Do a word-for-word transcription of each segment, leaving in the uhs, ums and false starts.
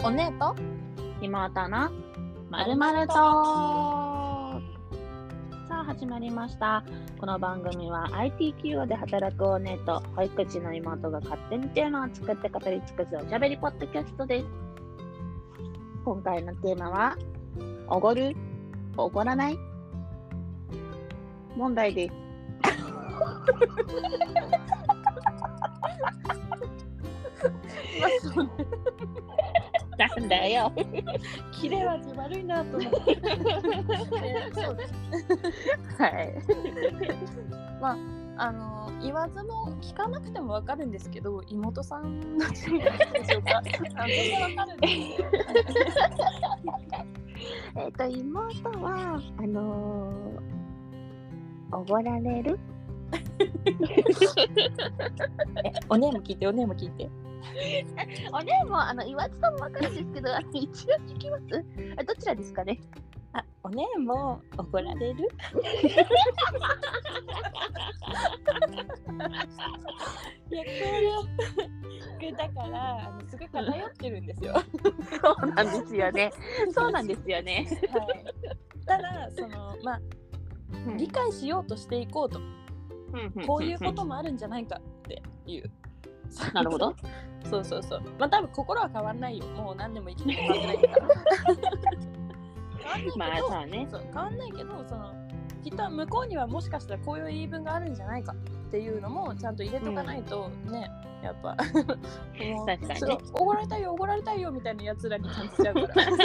お姉と妹のまるまるとさあ始まりました。この番組は アイティー 企業で働くお姉と保育士の妹が勝手にテーマを作って語り尽くすおしゃべりポッドキャストです。今回のテーマはおごる？おごらない？問題です。なんだよ。 切れ味悪いなと思って。えー、そうです。 はい。 まああの言わずも聞かなくてもわかるんですけど、妹さんのチームでしょうか。全然わかるんですよ。 えっと妹はあのー、おごられる？ え、おねえも聞いて、おねえも聞いて。 おねもあの言わずとも分かるんですけど、あの一応聞きます。あ、どちらですかね。 あ、おねえも怒られる？いや、これだからあのすごい偏ってるんですよ。 そうなんですよね。そうなんですよね。 はい。ただそのまあ、うん、理解しようとしていこうと、うん、こういうこともあるんじゃないかっていう。 なるほど。 そうそうそう。まあ多分心は変わんないよ。もう何年も生きてて変わってないから。変わんないけど、まあそうね。そう変わんないけど、そのきっと向こうにはもしかしたらこういう言い分があるんじゃないかっていうのもちゃんと入れとかないと、うん、ね、やっぱもう確かにね。 おごられたいよおごられたいよみたいなやつらに感じちゃうから。い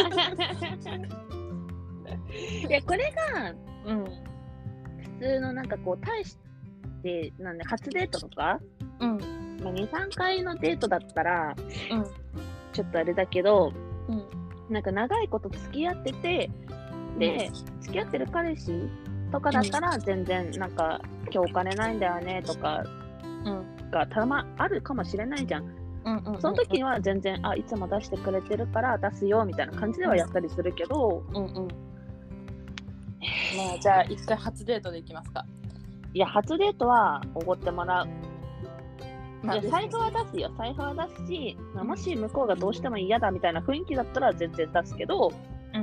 やこれが、 うん、 普通のなんかこう対してなんで初デートとか。 うん。 まあ、にさんかいのデートだったら、 うん、 ちょっとあれだけど、 うん、 なんか長いこと付き合ってて、で、うん、付き合ってる彼氏とかだったら全然なんか、うん、今日お金ないんだよねとかがたまあるかもしれないじゃん。うんうんうんうん、その時には全然あいつも出してくれてるから出すよみたいな感じではやったりするけど、 うんうんうん、まあじゃあ一回初デートでいきますか。 いや初デートはおごってもらう。じゃあ財布は出すよ。財布は出すし、まあ、もし向こうがどうしても嫌だみたいな雰囲気だったら全然出すけど、うん、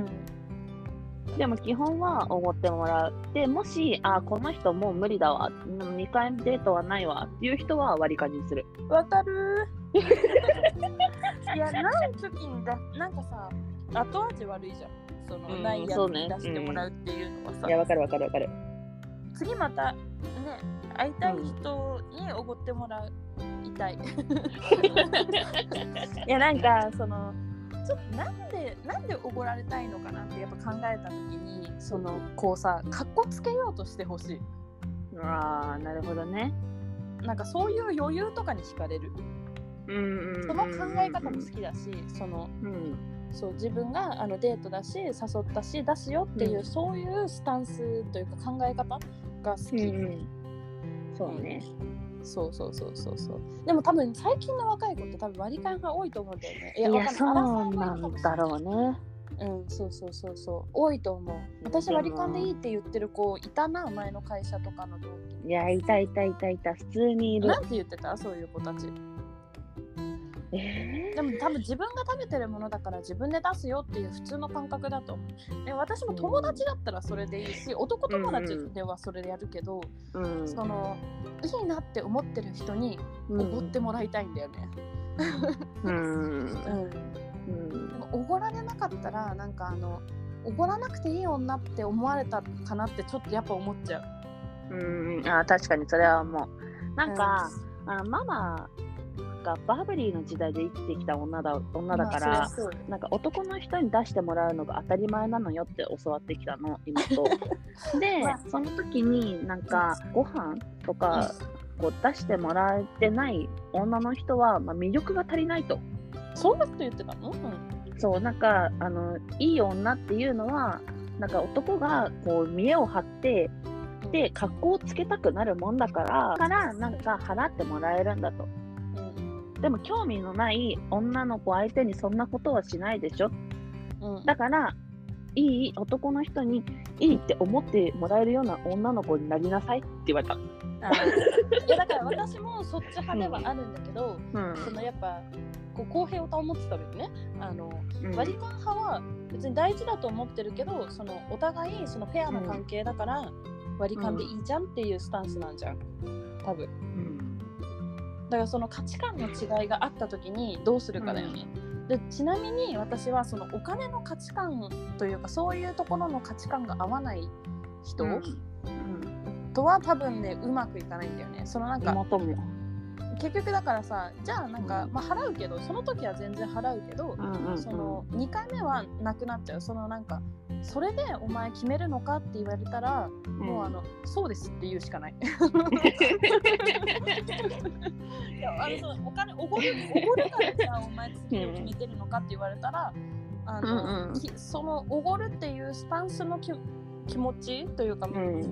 でも基本はおごってもらう。でもしあこの人もう無理だわ、にかいデートはないわっていう人は割り勘にする。 わかるいやない時にだなんかさ後味悪いじゃん。その、うん、ないやつに出してもらうっていうのはさ、うん、 いやわかるわかるわかる。 次またね会いたい人におごってもらう、いたい。いやなんかそのちょっとなんでなんでおごられたいのかなってやっぱ考えた時にそのこうさかっこつけようとしてほしい。 ああなるほどね。 なんかそういう余裕とかに惹かれる。うんうんうんうん、その考え方も好きだし、その、うん、そう自分があのデートだし誘ったし出すよっていう、うん、そういうスタンスというか考え方が好き。うんうん、 そうね。 そうそうそうそうそう。でも多分最近の若い子って多分割り勘が多いと思うんだよね。 いや、いやそうなんだろうね。 うん、そうそうそうそう。多いと思う。私割り勘でいいって言ってる子いたな、前の会社とかの同期。 いや、いたいたいたいた、普通にいる。 なんて言ってた？そういう子たち。えー、でも多分自分が食べてるものだから自分で出すよっていう普通の感覚だと思う。で私も友達だったらそれでいいし、うん、男友達ではそれでやるけど、うん、そのいいなって思ってる人におごってもらいたいんだよね。うんうんうん、でもおごられなかったらなんかあのおごらなくていい女って思われたかなってちょっとやっぱ思っちゃう。うん、あ確かにそれはもうなんか、うん、あのママがバブリーの時代で生きてきた女だ、女だから、まあ、なんか男の人に出してもらうのが当たり前なのよって教わってきたの妹で、まあ、その時になんかご飯とかこう出してもらえてない女の人は、まあ、魅力が足りないと。 そんなこと言ってたの？うん、 そうなんかあのいい女っていうのはなんか男がこう見栄を張ってで格好をつけたくなるもんだからからなんか払ってもらえるんだと。でも興味のない女の子相手にそんなことはしないでしょ、うん、だからいい男の人にいいって思ってもらえるような女の子になりなさいって言われた。あいやだから私もそっち派ではあるんだけど、うん、そのやっぱこう公平を保つためにね、あの、うん、割り勘派は別に大事だと思ってるけど、そのお互いそのフェアな関係だから割り勘でいいじゃんっていうスタンスなんじゃん、多分、うん、だからその価値観の違いがあった時にどうするかだよね、うん、でちなみに私はそのお金の価値観というかそういうところの価値観が合わない人、うんうん、とは多分ねうまくいかないんだよね。そのなんか結局だからさ、じゃあなんか、まあ、払うけどその時は全然払うけど、うんうんうん、そのにかいめはなくなっちゃう。そのなんかそれでお前決めるのかって言われたら、うん、もうあのそうですって言うしかない。いやあのそのお金おごるおごるからじゃあお前次を決めてるのかって言われたら、あの、うんうん、そのおごるっていうスタンスのき気持ちというか、うん、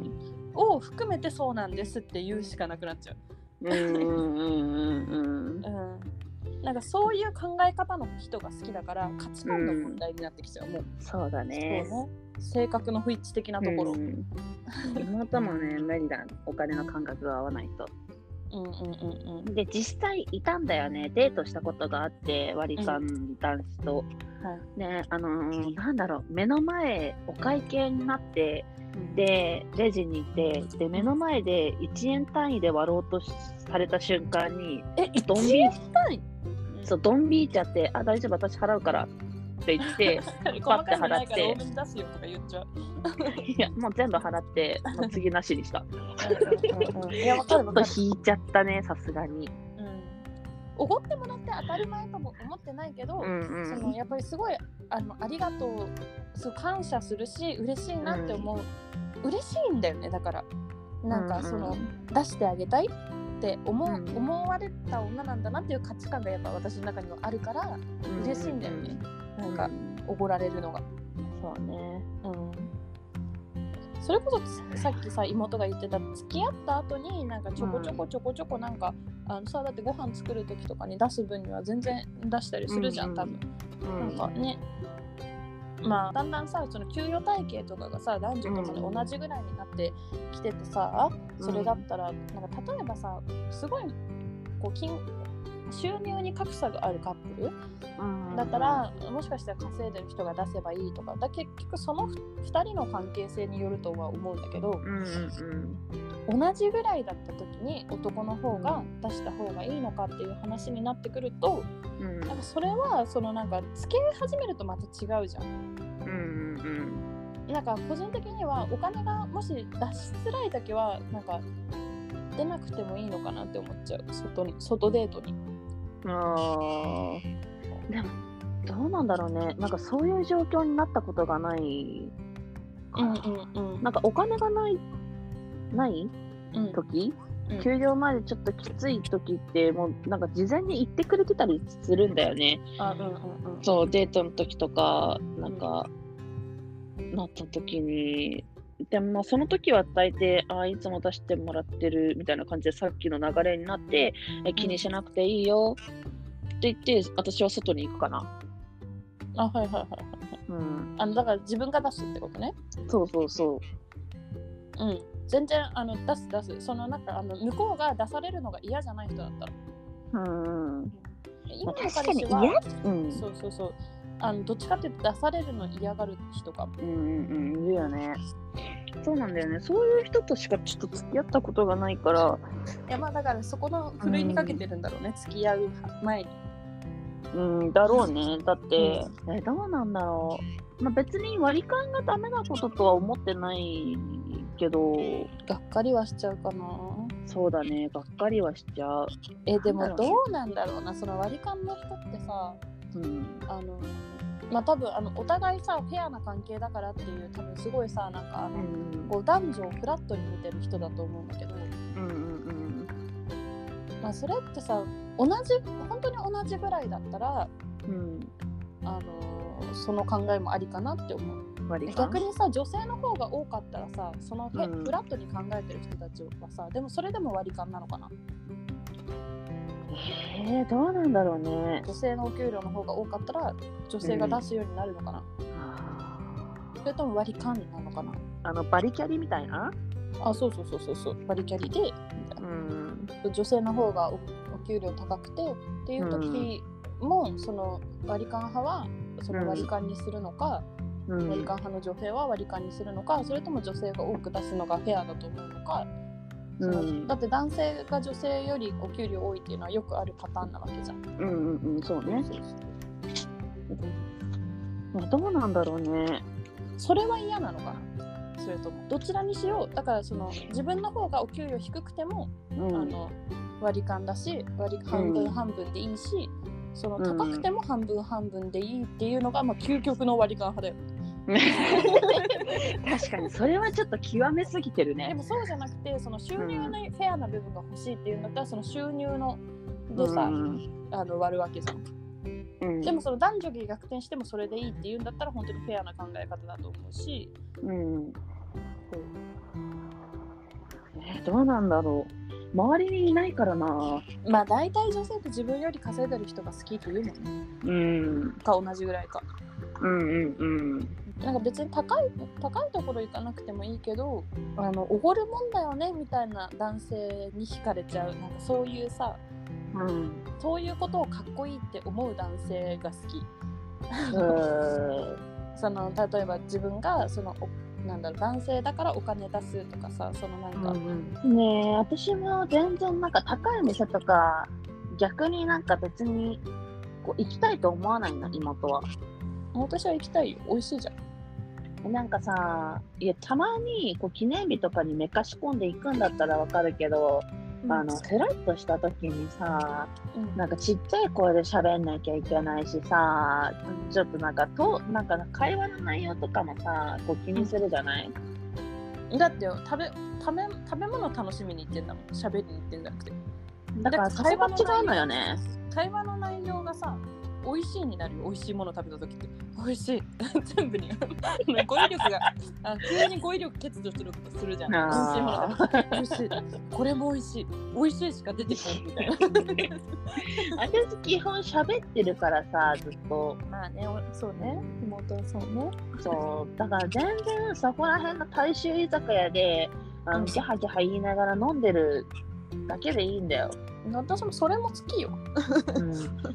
を含めてそうなんですって言うしかなくなっちゃう。うんうんうんうん、なんかそういう考え方の人が好きだから価値観の問題になってきちゃう、うん、もうそうだね、 そうね、性格の不一致的なところ、うん、 妹もね無理だ、お金の感覚が合わないと、うんうんうんうん、で実際いたんだよね、デートしたことがあって割り勘男子と、うんはい、ね、あのー、なんだろう、目の前お会計になってでレジに行ってで目の前でいちえん単位で割ろうとされた瞬間にえドンビー単位そうドンビーちゃって、あ大丈夫私払うからって言ってパッて払って出すよとか言っちゃういやもう全部払ってもう次なしにしたいやちょっと引いちゃったね、さすがに。 おごってもらって当たり前とも思ってないけど、うんうん、そのやっぱりすごい あのありがとう、そう感謝するし嬉しいなって思う、うん、嬉しいんだよね。だからなんかその、うんうん、出してあげたいって思う、うん、思われた女なんだなっていう価値観がやっぱ私の中にはあるから嬉しいんだよね、うん、なんかおごられるのが。 そうね、うんそれこそさっきさ妹が言ってた付き合った後になんかちょこちょこちょこちょこなんか、うん、あのさだってご飯作る時とかに出す分には全然出したりするじゃん、うん、多分、うん、なんかね、まあだんだんさその給与体系とかがさ男女とかで同じぐらいになってきててさ、うん、それだったらなんか例えばさすごいこう金収入に格差があるカップル、うん、だったらもしかしたら稼いでる人が出せばいいとかだ結局そのふたりの関係性によるとは思うんだけど、うんうん、同じぐらいだった時に男の方が出した方がいいのかっていう話になってくると、うん、なんかそれはそのなんか付き合い始めるとまた違うじゃん、うんうん、なんか個人的にはお金がもし出しづらい時はなんか出なくてもいいのかなって思っちゃう、外に外デートに。 あでもどうなんだろうね、なんかそういう状況になったことがないか、うんうんうん、なんかお金がないない時、うん、給料前でちょっときつい時ってもうなんか事前に言ってくれてたりするんだよね。あ、うんうんうん、そうデートの時とかなんか、うん、なった時にでもまあその時は大抵あいつも出してもらってるみたいな感じでさっきの流れになってえ気にしなくていいよって言って私は外に行くかな。 あはいはいはいはい、うん、あのだから自分が出すってことね。 そうそうそう。 うん全然あの出す出すそのなんかあの向こうが出されるのが嫌じゃない人だったら。うん。今の彼氏は、うん、そうそうそう。あのどっちかっていうと出されるの嫌がる人かも。 うんうんうんいるよね。そうなんだよね。そういう人としかちょっと付き合ったことがないから。 いやまあだからそこのふるいにかけてるんだろうね、うん、付き合う前に。 うんだろうね。だって、うん、えどうなんだろう。まあ、別に割り勘がダメなこととは思ってないけど、 がっかりはしちゃうかな。 そうだね。がっかりはしちゃう。 えでもどうなんだろうな。その割り勘の人ってさ、うん、あの。まあ多分あのお互いさフェアな関係だからっていう多分すごいさなんかあの、うん、こう男女をフラットに見てる人だと思うんだけど、うんうんうんまあ、それってさ同じ本当に同じぐらいだったら、うん、あのその考えもありかなって思う。逆にさ女性の方が多かったらさそのフェ、うん、フラットに考えてる人たちはさでもそれでも割り勘なのかな。 えー、どうなんだろうね。 女性のお給料の方が多かったら女性が出すようになるのかな、うん、それとも割り勘なのかな。 あのバリキャリみたいな。 あそうそうそうそうそうバリキャリで、うん、女性の方が お, お給料高くてっていう時もその割り勘派はその割り勘にするのか、うん、割り勘派の女性は割り勘にするのか、それとも女性が多く出すのがフェアだと思うのか、その、うん、だって男性が女性よりお給料多いっていうのはよくあるパターンなわけじゃん。 うんうんうん、そうね。どうなんだろうね。 それは嫌なのかな、それともどちらにしよう。だからその自分の方がお給料低くても、うん、あの割り勘だし割り半分半分でいいし、うん、その高くても半分半分でいいっていうのが、まあ、究極の割り勘派だよ。 確かにそれはちょっと極めすぎてるね。 でもそうじゃなくて、その収入のフェアな部分が欲しいっていうんだったら、その収入のでさ、うん、あの割るわけじゃん。うん、でもその男女が逆転してもそれでいいっていうんだったら本当にフェアな考え方だと思うし、うん、 えー、どうなんだろう。周りにいないからな。 まあ大体女性って自分より稼いでる人が好きって言うもんね。うん。か同じぐらいか。うんうんうん。なんか別に高い高いところ行かなくてもいいけど、あのおごるもんだよねみたいな男性に惹かれちゃう。なんかそういうさ、うん、そういうことをかっこいいって思う男性が好き。その例えば自分がそのなんだろう、男性だからお金出すとかさ、そのなんか、うんうん、ねえ、私も全然なんか高い店とか逆になんか別にこう行きたいと思わないな、妹は。 私は行きたいよ、美味しいじゃん。 なんかさ、いやたまにこう記念日とかにめかし込んでいくんだったらわかるけど、うん、あのフラッとした時にさ、うん、なんかちっちゃい声で喋んなきゃいけないしさ、うん、ちょっとなんかとなんか会話の内容とかもさ、こう気にするじゃない？ うん、だって食べ食べ食べ物楽しみに行ってんだもん、喋りに行ってんじゃなくて。 だから会話違うのよね。 会話の内容がさ、美味しいになるよ。美味しいもの食べた時って美味しい全部に語彙力があ急に語彙力欠如することするじゃん。美味しいもの食べた美味しい、これも美味しい、美味しいしか出てこないみたいな。 私基本喋ってるからさ、ずっと。 まあね、そうね、妹はそうね。 そうだから全然そこら辺の大衆居酒屋であのギャハギャハ言いながら飲んでるだけでいいんだよ。 私もそれも好きよ、 うん、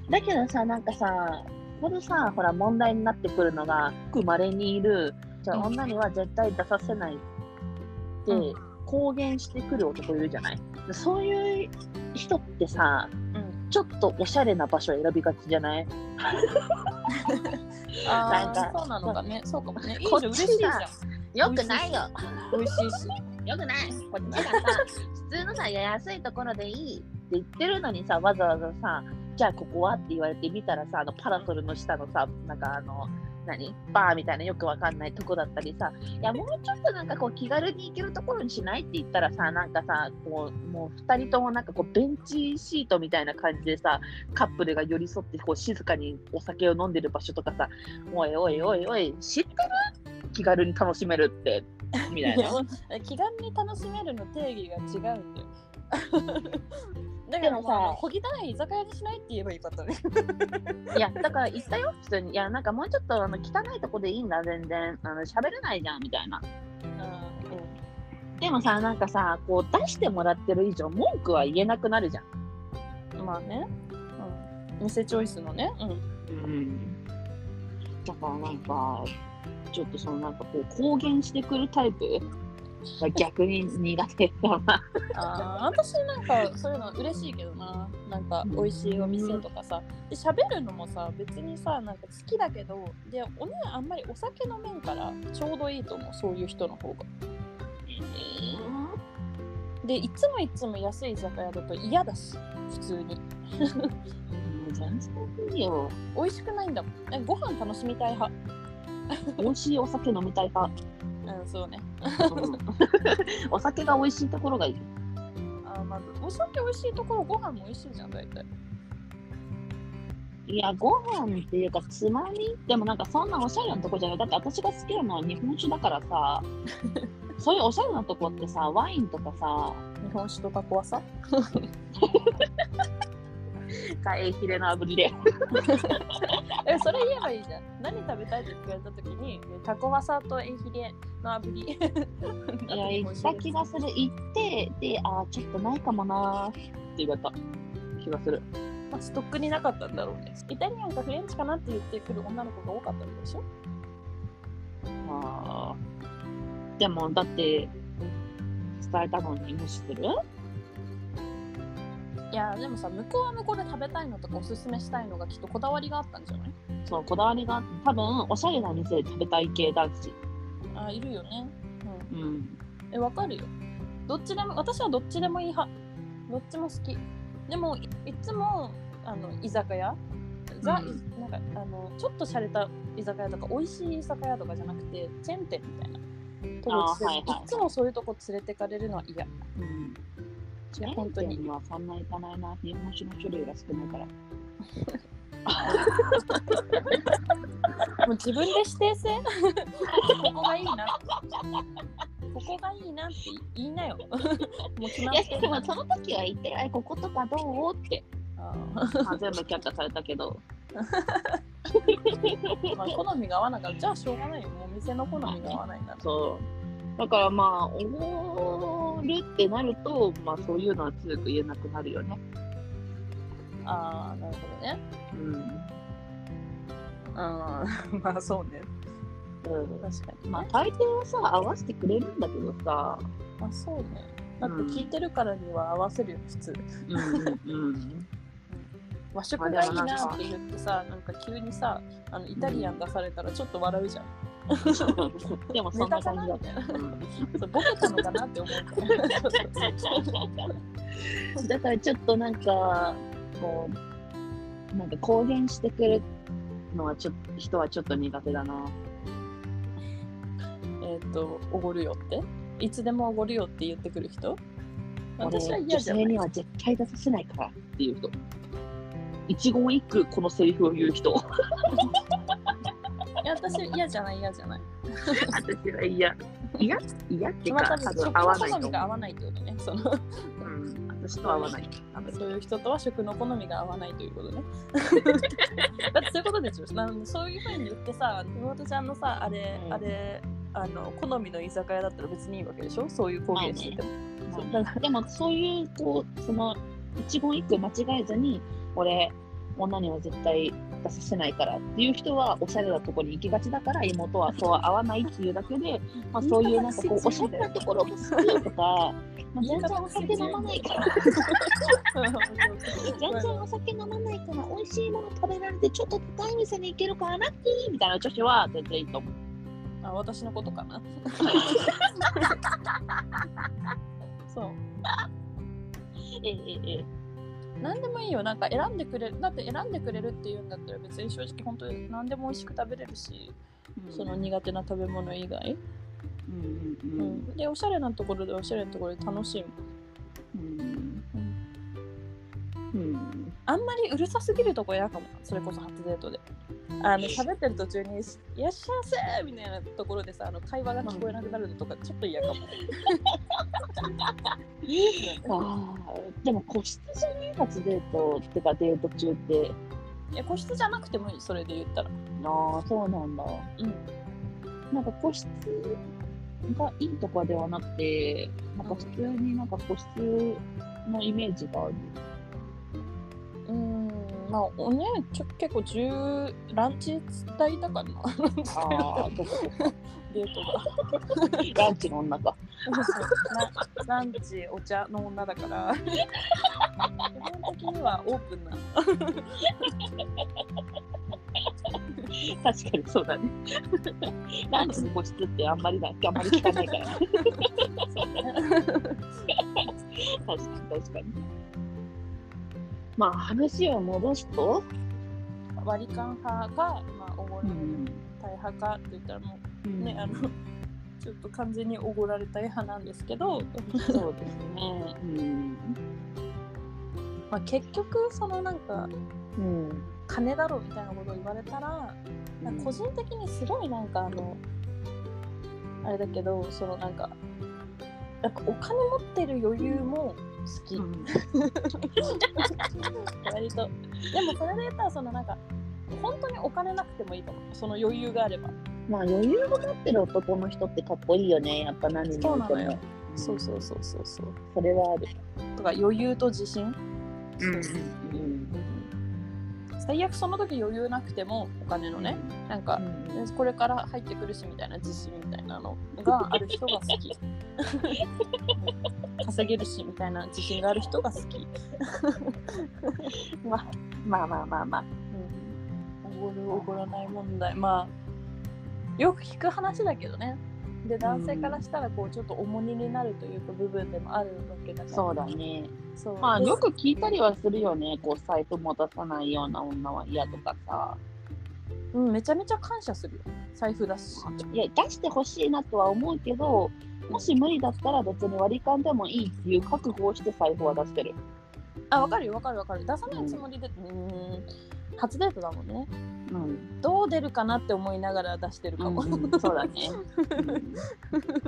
だけどさ、なんかさ、これさ、ほら問題になってくるのが、ごく稀にいる、じゃあ女には絶対出させないって公言してくる男いるじゃない。そういう人ってさ、うん、ちょっとおしゃれな場所選びがちじゃない？ あなんかそうなのかね、そうかもね。いいじゃん、嬉しいじゃん。 よくないよ。 美味しいし。 よくない。こっちがさ、普通のさ、安いところでいいって言ってるのにさ、わざわざさ、じゃあここはって言われてみたらさ、あのパラソルの下のさ、なんかあの、何バーみたいなよくわかんないとこだったりさ、いやもうちょっとなんかこう気軽に行けるところにしないって言ったらさ、なんかさ、こうもうふたりともなんかこうベンチシートみたいな感じでさ、カップルが寄り添ってこう静かにお酒を飲んでる場所とかさ、おいおいおいおい、知ってる？気軽に楽しめるってみたいな。 気軽に楽しめるの定義が違うんだよ。だからさ、小汚い居酒屋にしないって言えばいいかったね。 いや、だから言ったよ、普通に。いや、なんかもうちょっとあの汚いとこでいいんだ、全然。あの喋れないじゃん、みたいな。うん、でもさ、なんかさ、こう出してもらってる以上、文句は言えなくなるじゃん。まあね。うん。店チョイスのね。うん。うん。 だからなんか、ちょっとそのなんかこう公言してくるタイプ逆に苦手だな。 ああ、私なんかそういうの嬉しいけどな。なんか美味しいお店とかさ、で喋るのもさ別にさなんか好きだけど、でおねあんまりお酒飲めんからちょうどいいと思う、そういう人の方が。でいつもいつも安い居酒屋だと嫌だし、普通に。 全然いいよ。 美味しくないんだもん。ご飯楽しみたい派。 美味しいお酒飲みたい派。 うん、そうね。 お酒が美味しいところがいい。 あ、まずお酒美味しいところ、ご飯も美味しいじゃん、大体。 いや、ご飯っていうかつまみでもなんかそんなおしゃれなとこじゃない。だって私が好きなのは日本酒だからさ。そういうおしゃれなとこってさ、ワインとかさ、 日本酒とタコワサかエイヒレの炙りでえ、それ言えばいいじゃん。何食べたいって聞かれた時にタコワサとエイヒレの炙りいや、言った気がする。言ってで、あーちょっとないかもなーって言われた気がする。 まあ、ストックになかったんだろうね。イタリアンかフレンチかなって言ってくる女の子が多かったんでしょ。 あーでもだって伝えたのに無視する？ いやでもさ、向こうは向こうで食べたいのとかおすすめしたいのがきっとこだわりがあったんじゃない？ そう、こだわりが多分おしゃれな店で食べたい系男子。 あ、いるよね。 うん、うん、 え、わかるよ。どっちでも、私はどっちでもいい派。どっちも好き。でも い, いつもあの居酒屋、ザ、うん、なんかあのちょっと洒落た居酒屋とか美味しい居酒屋とかじゃなくてチェーン店みたいなとこ、はいはい、いつもそういうとこ連れてかれるのは嫌。うん、 いや本当にはそんなに行かないな。日本酒の種類が少ないから。 もう自分で指定せここがいいなここがいいなって言いなよ。もう決まってる。いやでもその時は言ってない。こことかどうって。ああ全部キャッチャーされたけど。 まあ好みが合わなかった。じゃあしょうがないよ。もう店の好みが合わないんだ。 そう。だからまあおごるってなると、まあそういうのは強く言えなくなるよね。 ああ、なるほどね。うん。ああ、まあそうね。 うん、確かに。まあ大抵はさ、合わせてくれるんだけどさ。 あ、そうね。だって聞いてるからには合わせるよ、普通。うんうんうん。和食がいいなって言ってさ、なんか急にさ、あのイタリアン出されたらちょっと笑うじゃん。 でもそんな感じだった。 そうボケたのかなって思う。だからちょっとなんかこうなんか公言してくるのはちょっと人はちょっと苦手だな。 えっとおごるよっていつでもおごるよって言ってくる人。私は嫌じゃない。 女性には絶対出させないからっていう人。一言一句このセリフを言う人。 いや私嫌じゃない嫌じゃない。 私は嫌嫌嫌ってか、 まあ、多分食の好みが合わないってことね。そのうん、私と合わない。 そういう人とは食の好みが合わないということね。だってそういうことでしょ。なのでそういう風に言ってさ、妹ちゃんのさあれ、うん、あれあの好みの居酒屋だったら別にいいわけでしょ。そういう公言してても。 まあね、そうでもそういうこうその一言一句間違えずに俺女には絶対出させないからっていう人はおしゃれなところに行きがちだから妹はそうは合わないっていうだけで、まあ、そういうなんかこうおしゃれなところも好きとか、まあ、全然お酒飲まないから全然お酒飲まないから美味しいもの食べられてちょっと高い店に行けるからラッキーみたいな女子は全然いいと思う。 あ、私のことかな。そうええええ何でもいいよ。なんか選んでくれる。だって選んでくれるっていうんだったら別に正直本当に何でも美味しく食べれるし、うん、その苦手な食べ物以外、うんうんうんうん、でおしゃれなところでおしゃれなところで楽しむ、うんうんうん、あんまりうるさすぎるとこ嫌かも。それこそ初デートであの喋ってる途中にいらっしゃいませみたいなところでさ、あの会話が聞こえなくなるのとかちょっと嫌かも。 あでも個室じゃない初デートってかデート中って。いや個室じゃなくてもいい。それで言ったら。 ああそうなんだ。うん。なんか個室がいいとかではなくて、なんか普通になんか個室のイメージがある。 うーん。まあおねちょ結構10ランチ伝いたかな。 ああどこか。 デートがランチの女かラ, ランチお茶の女だから基本的にはオープンな確かにそうだね。ランチの個室ってあんまりだあんまり聞かないから確かに確かに。まあ話を戻すと割り勘派か、まあ、おごりたい派かって言ったらもう、うん、ねあのちょっと完全におごられたい派なんですけどそうですね、うんまあ、結局そのなんか、うん、金だろみたいなことを言われたら、うん、個人的にすごいなんかあのあれだけどそのなんかやっぱお金持ってる余裕も好き、うん、割とでもそれで言ったらそのなんか本当にお金なくてもいいと思う。その余裕があれば。 まあ余裕を持ってる男の人ってかっこいいよね。やっぱ何においても。 そうそうそうそうそう。 それはある。 とか余裕と自信。 うんうんうん。 最悪その時余裕なくてもお金のね、なんか、うん、これから入ってくるしみたいな自信みたいなのがある人が好き稼げるしみたいな自信がある人が好きまあまあまあまあまあ、 うん、おごるおごらない問題、まあよく聞く話だけどね。で男性からしたらこうちょっと重荷になるというか部分でもあるわけだから、 そうだね。 そうまあよく聞いたりはするよね。こう財布持たさないような女は嫌とかさ。 うん、めちゃめちゃ感謝するよ。財布だし。 いや出してほしいなとは思うけど、もし無理だったら別に割り勘でもいいっていう覚悟をして財布は出してる。 あ、わかるよわかるわかる。出さないつもりで、うん、うん初デートだもんね。 うん、 どう出るかなって思いながら出してるかも、うんうん、そうだねそうだねそうそう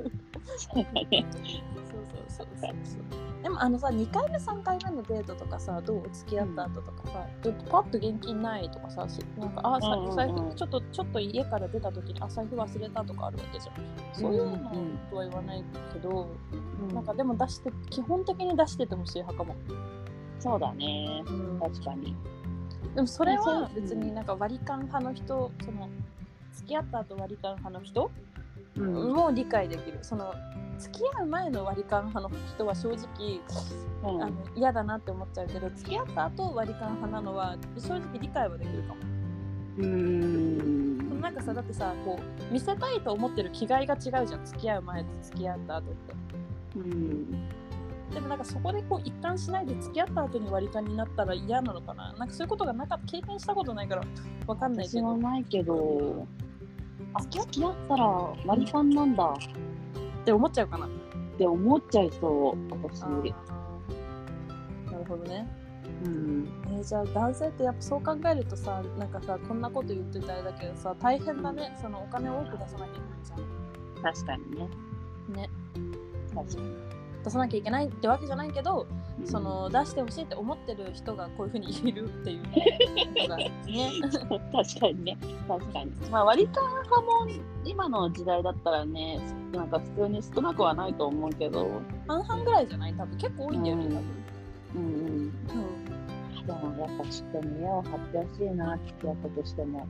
そうそうそうでもあのさにかいめさんかいめのデートとかさどう付き合った後とかさ、うん、ちょっとパッと現金ないとかさなんかあ、うんうん、財布ちょっとちょっと家から出た時にあ財布忘れたとかあるわけじゃん。そういうのとは言わないけど、うん、なんかでも出して基本的に出しててほしい派かも。 そうだね、うん、確かに。 でもそれは別になんか割り勘派の人、その付き合った後割り勘派の人、うん、も理解できる。その付き合う前の割り勘派の人は正直、うん、あの嫌だなって思っちゃうけど、付き合った後割り勘派なのは正直理解はできるかも。うーんなんかさだってさこう見せたいと思ってる気概が違うじゃん。付き合う前と付き合った後って。うんでもなんかそこでこう一貫しないで付き合った後に割り勘になったら嫌なのかな。なんかそういうことがなかった経験したことないからわかんないけど。 私はないけど、あ付き合ったら割り勘なんだって思っちゃうかなって思っちゃいそう私。なるほどね。 うん。 えー、じゃあ男性ってやっぱそう考えるとさなんかさこんなこと言ってたあれだけどさ大変だね。そのお金を多く出さなきゃいけないじゃん。 確かにね。 ね。 確かに。 出さなきゃいけないってわけじゃないけど、うん、その出してほしいって思ってる人がこういうふうにいるっていうのがね確かにね確かに。まあ割り勘派も今の時代だったらねなんか普通に少なくはないと思うけど半々ぐらいじゃない多分結構多いんだよね、うん、多分うんうん、うん、でもやっぱちょっと見栄を張ってほしいな付き合ったとしても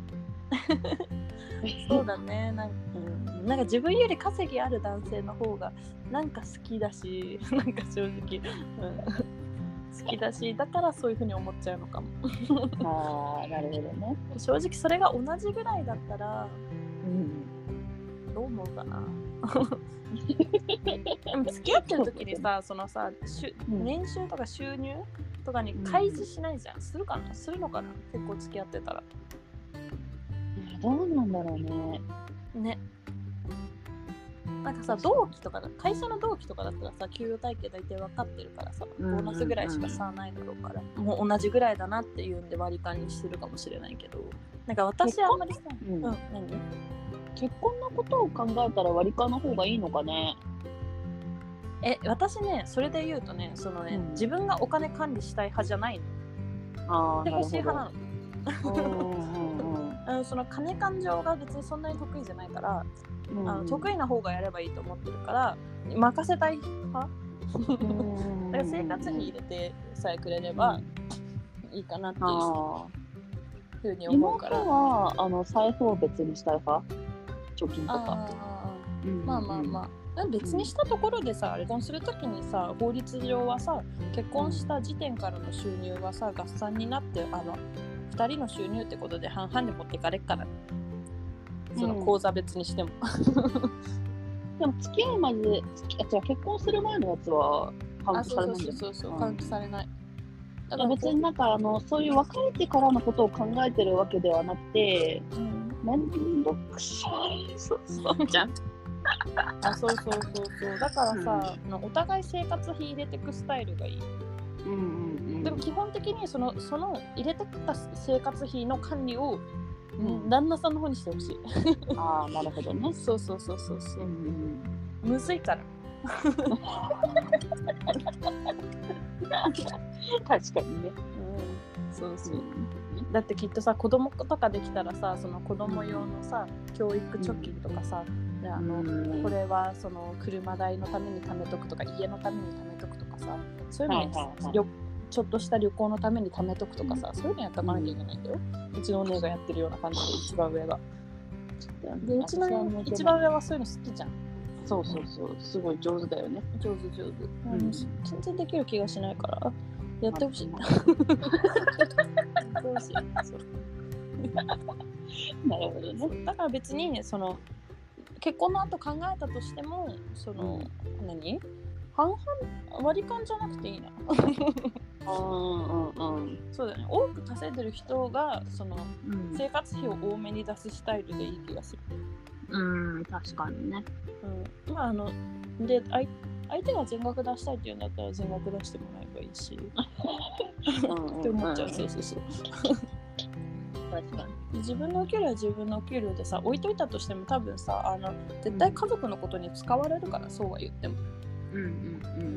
そうだねなんか、うん、なんか自分より稼ぎある男性の方がなんか好きだしなんか正直、うん、好きだしだからそういう風に思っちゃうのかもあーなるほどね。 正直それが同じぐらいだったら、うん、どう思うかなでも付き合ってる時にさそのさ年収とか収入とかに開示しないじゃん、うん、するかなするのかな結構付き合ってたらどうなんだろうね。 ね。なんかさ同期とかだ会社の同期とかだったらさ給与体系大体分かってるからさボーナスぐらいしか差ないだろうから、うんうん、もう同じぐらいだなっていうんで割り勘にするかもしれないけどなんか私はあんまりさ、うんうん、何結婚のことを考えたら割り勘の方がいいのかね。 え私ねそれで言うとねそのね、うん、自分がお金管理したい派じゃないの。あで欲しい派なの。あのその金勘定が別にそんなに得意じゃないから、うん、あの得意な方がやればいいと思ってるから任せたい派だから生活に入れてさえくれればいいかなっていうふうに思うから。 妹はあの財布を別にしたい派貯金とか。 あ、うん、まあまあまあ別にしたところでさ離婚するときにさ法律上はさ結婚した時点からの収入はさ合算になってあのふたりの収入ってことで半々で持っていかれっからその口座別にしても、うん、 でも付き合うまでじゃあ結婚する前のやつはカウントされないんだよ。 そうそうそうそう、うん、カウントされない。 だから別になんかあのそういう別れてからのことを考えてるわけではなくて、うん、めんどくさいそうそうじゃんあそうそうそうそうだからさ、うん、お互い生活費入れてくスタイルがいい。うんうんうん、でも基本的にそのその入れてた生活費の管理を、うん、旦那さんの方にしてほしい。 ああなるほどね。 そうそうそうそうそう、うんうん、むずいから。 確かにね、 うん、そうそう、うん、だってきっとさ子供とかできたらさその子供用のさ教育貯金とかさ、うん、あの、うん、これはその車代のために貯めとくとか家のために貯めとくとかさそういうのに、はいはいはい、 ちょっとした旅行のために貯めとくとかさ、そういうのやったらなきゃいけないんだよ、うん、うちのお姉がやってるような感じで一番上がで、うちの一番上はそういうの好きじゃん。 そうそうそう、すごい上手だよね。 上手上手、うん、全然できる気がしないからやってほしい。やってほしい。 なるほどね。 だから別にその結婚の後考えたとしても、その、うん、何半々割り勘じゃなくていいな。 うんうんうん、 そうだね。多く稼いでる人がその、うん、生活費を多めに出すスタイルでいい気がする。 うん、確かにね。 うん、まああので相相手が全額出したいっていうんだったら全額出してもらえばいいしって思っちゃう。そうそうそう。 確かに自分のお給料は自分のお給料でさ置いといたとしても多分さあの絶対家族のことに使われるから、うん、そうは言っても。 うんうんうん。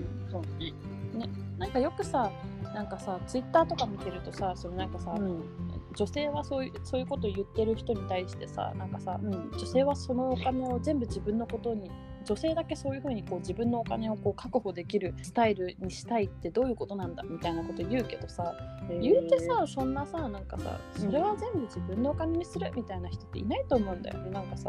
そうね。 ね、なんかよくさなんかさツイッターとか見てるとさそのなんかさ、うん、女性はそういうそういうことを言ってる人に対してさなんかさ、うん、女性はそのお金を全部自分のことに女性だけそういう風にこう自分のお金をこう確保できるスタイルにしたいってどういうことなんだみたいなこと言うけどさ、言うてさそんなさなんかさそれは全部自分のお金にするみたいな人っていないと思うんだよね。なんかさ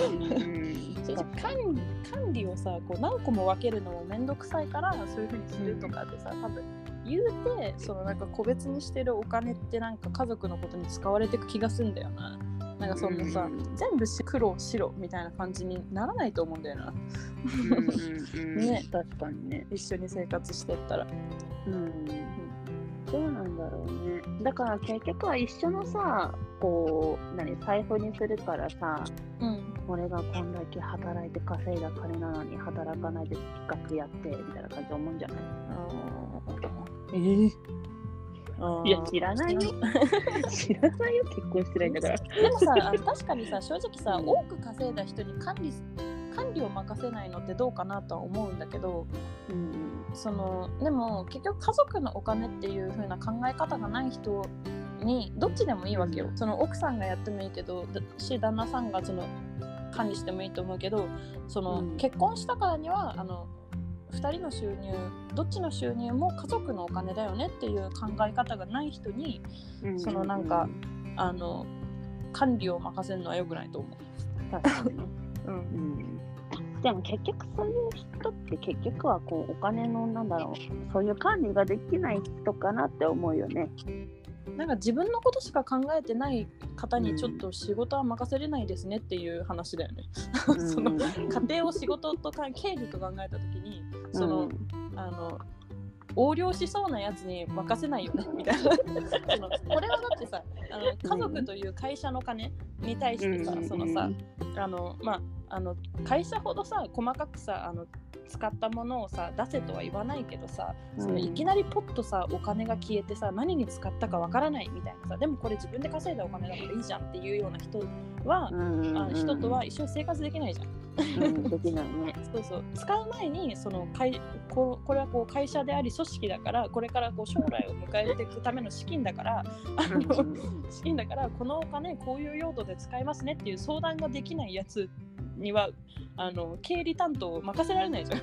管理、管理をさこう何個も分けるのもめんどくさいからそういう風にするとかってさ多分言うてそのなんか個別にしてるお金ってなんか家族のことに使われていく気がするんだよな。なんかそんなさ、うん、全部苦労しろみたいな感じにならないと思うんだよな。 うんうんうん、ね、確かにね。 一緒に生活してったら。 うん、うん、どうなんだろうね。だから結局は一緒のさ、こう何財布にするからさ、うん、俺がこんだけ働いて稼いだ金なのに働かないで企画やってみたいな感じで思うんじゃない？ えーいや知らないよ知らないよ結婚してないんだから。 でもさ確かにさ正直さ、うん、多く稼いだ人に管理管理を任せないのってどうかなとは思うんだけど、うん、そのでも結局家族のお金っていう風な考え方がない人にどっちでもいいわけよ。その奥さんがやってもいいけどし旦那さんがその管理してもいいと思うけどその、うん、結婚したからにはあのふたりの収入どっちの収入も家族のお金だよねっていう考え方がない人に、うん、そのなんかあの管理を任せるのは良くないと思う。 確かに、うんうん、でも結局そういう人って結局はこうお金のなんだろうそういう管理ができない人かなって思うよね。 なんか自分のことしか考えてない方にちょっと仕事は任せれないですねっていう話だよね。うん、その家庭を仕事とか経理と考えた時にその、うん、あの横領しそうなやつに任せないよねみたいなそのこれはだってさあの家族という会社の金に対してさ、うん、そのさあのまああの会社ほどさ細かくさあの使ったものをさ出せとは言わないけどさ、そのいきなりポッとさお金が消えてさ何に使ったかわからないみたいなさでもこれ自分で稼いだお金だからいいじゃんっていうような人は、うんうん、あの人とは一緒に生活できないじゃん。 うん、できないね。 そうそう使う前にその会 こ, これはこう会社であり組織だからこれからこう将来を迎えていくための資金だからあの資金だからこのお金こういう用途で使いますねっていう相談ができないやつにはあの経理担当を任せられないじゃん。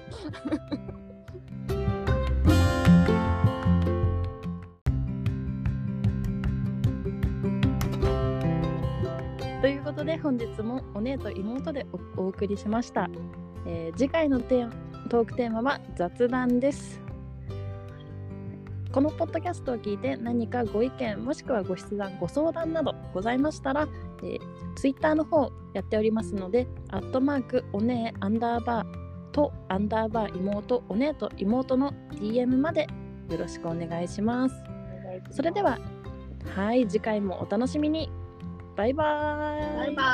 ということで本日もお姉と妹で お, お送りしました、えー、次回のテートークテーマは雑談です。このポッドキャストを聞いて何かご意見もしくはご質問ご相談などございましたら、えー、ツイッターの方やっておりますのでアットマークお姉アンダーバーとアンダーバー妹お姉と妹の ディーエム までよろしくお願いします。それでははい次回もお楽しみに。バイバーイ。 バイバイ。